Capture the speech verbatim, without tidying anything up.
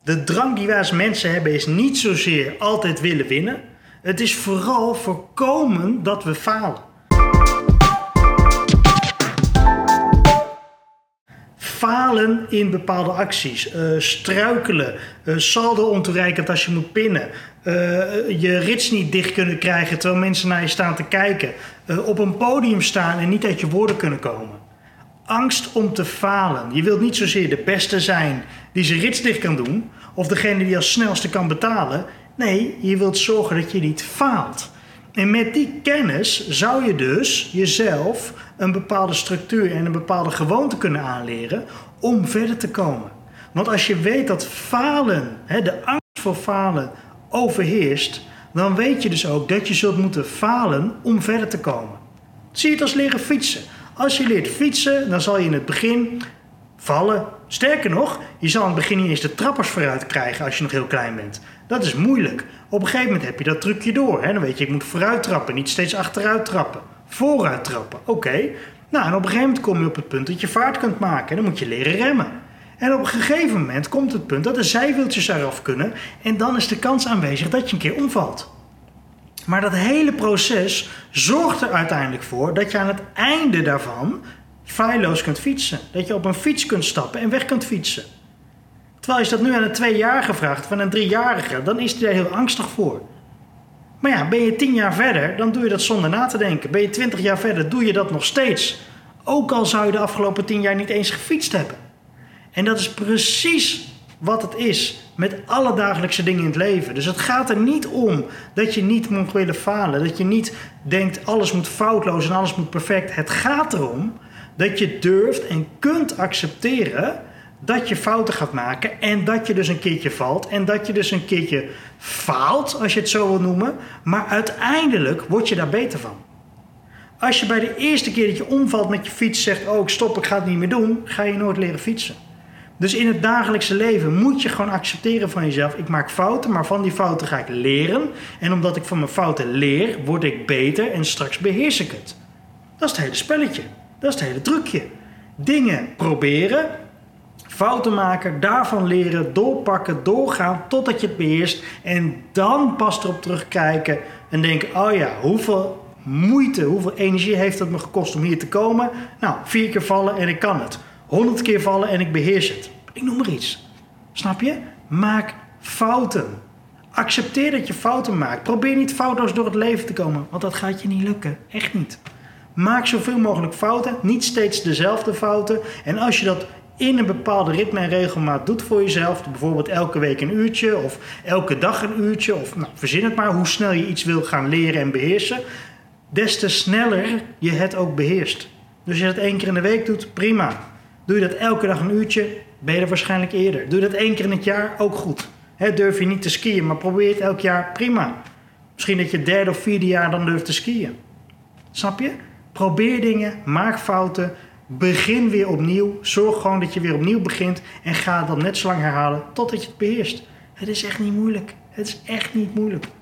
De drang die wij als mensen hebben is niet zozeer altijd willen winnen. Het is vooral voorkomen dat we falen. Falen in bepaalde acties, uh, struikelen, uh, saldo ontoereikend als je moet pinnen, uh, je rits niet dicht kunnen krijgen terwijl mensen naar je staan te kijken, uh, op een podium staan en niet uit je woorden kunnen komen. Angst om te falen. Je wilt niet zozeer de beste zijn die zijn rits dicht kan doen of degene die als snelste kan betalen. Nee, je wilt zorgen dat je niet faalt. En met die kennis zou je dus jezelf een bepaalde structuur en een bepaalde gewoonte kunnen aanleren om verder te komen. Want als je weet dat falen, de angst voor falen overheerst, dan weet je dus ook dat je zult moeten falen om verder te komen. Zie je het als leren fietsen. Als je leert fietsen, dan zal je in het begin vallen. Sterker nog, je zal in het begin niet eens de trappers vooruit krijgen als je nog heel klein bent. Dat is moeilijk. Op een gegeven moment heb je dat trucje door. Hè? Dan weet je, ik moet vooruit trappen, niet steeds achteruit trappen. Vooruit trappen, oké. Okay. Nou, en op een gegeven moment kom je op het punt dat je vaart kunt maken. Dan moet je leren remmen. En op een gegeven moment komt het punt dat de zijwieltjes eraf kunnen. En dan is de kans aanwezig dat je een keer omvalt. Maar dat hele proces zorgt er uiteindelijk voor dat je aan het einde daarvan feilloos kunt fietsen. Dat je op een fiets kunt stappen en weg kunt fietsen. Terwijl als je dat nu aan een tweejarige vraagt van een driejarige, dan is hij daar heel angstig voor. Maar ja, ben je tien jaar verder, dan doe je dat zonder na te denken. Ben je twintig jaar verder, doe je dat nog steeds. Ook al zou je de afgelopen tien jaar niet eens gefietst hebben. En dat is precies wat het is met alle dagelijkse dingen in het leven. Dus het gaat er niet om dat je niet moet willen falen. Dat je niet denkt alles moet foutloos en alles moet perfect. Het gaat erom dat je durft en kunt accepteren dat je fouten gaat maken en dat je dus een keertje valt en dat je dus een keertje faalt, als je het zo wil noemen. Maar uiteindelijk word je daar beter van. Als je bij de eerste keer dat je omvalt met je fiets zegt, oh ik stop, ik ga het niet meer doen, ga je nooit leren fietsen. Dus in het dagelijkse leven moet je gewoon accepteren van jezelf. Ik maak fouten, maar van die fouten ga ik leren. En omdat ik van mijn fouten leer, word ik beter en straks beheers ik het. Dat is het hele spelletje. Dat is het hele trucje. Dingen proberen, fouten maken, daarvan leren, doorpakken, doorgaan totdat je het beheerst. En dan pas erop terugkijken en denken, oh ja, hoeveel moeite, hoeveel energie heeft het me gekost om hier te komen? Nou, vier keer vallen en ik kan het. Honderd keer vallen en ik beheers het. Ik noem maar iets. Snap je? Maak fouten. Accepteer dat je fouten maakt. Probeer niet foutloos door het leven te komen, want dat gaat je niet lukken. Echt niet. Maak zoveel mogelijk fouten, niet steeds dezelfde fouten. En als je dat in een bepaalde ritme en regelmaat doet voor jezelf, bijvoorbeeld elke week een uurtje of elke dag een uurtje, of nou, verzin het maar, hoe snel je iets wil gaan leren en beheersen, des te sneller je het ook beheerst. Dus als je dat één keer in de week doet, prima. Doe je dat elke dag een uurtje, ben je er waarschijnlijk eerder. Doe je dat één keer in het jaar, ook goed. He, durf je niet te skiën, maar probeer het elk jaar, prima. Misschien dat je het derde of vierde jaar dan durft te skiën. Snap je? Probeer dingen, maak fouten, begin weer opnieuw. Zorg gewoon dat je weer opnieuw begint en ga dan net zo lang herhalen totdat je het beheerst. Het is echt niet moeilijk. Het is echt niet moeilijk.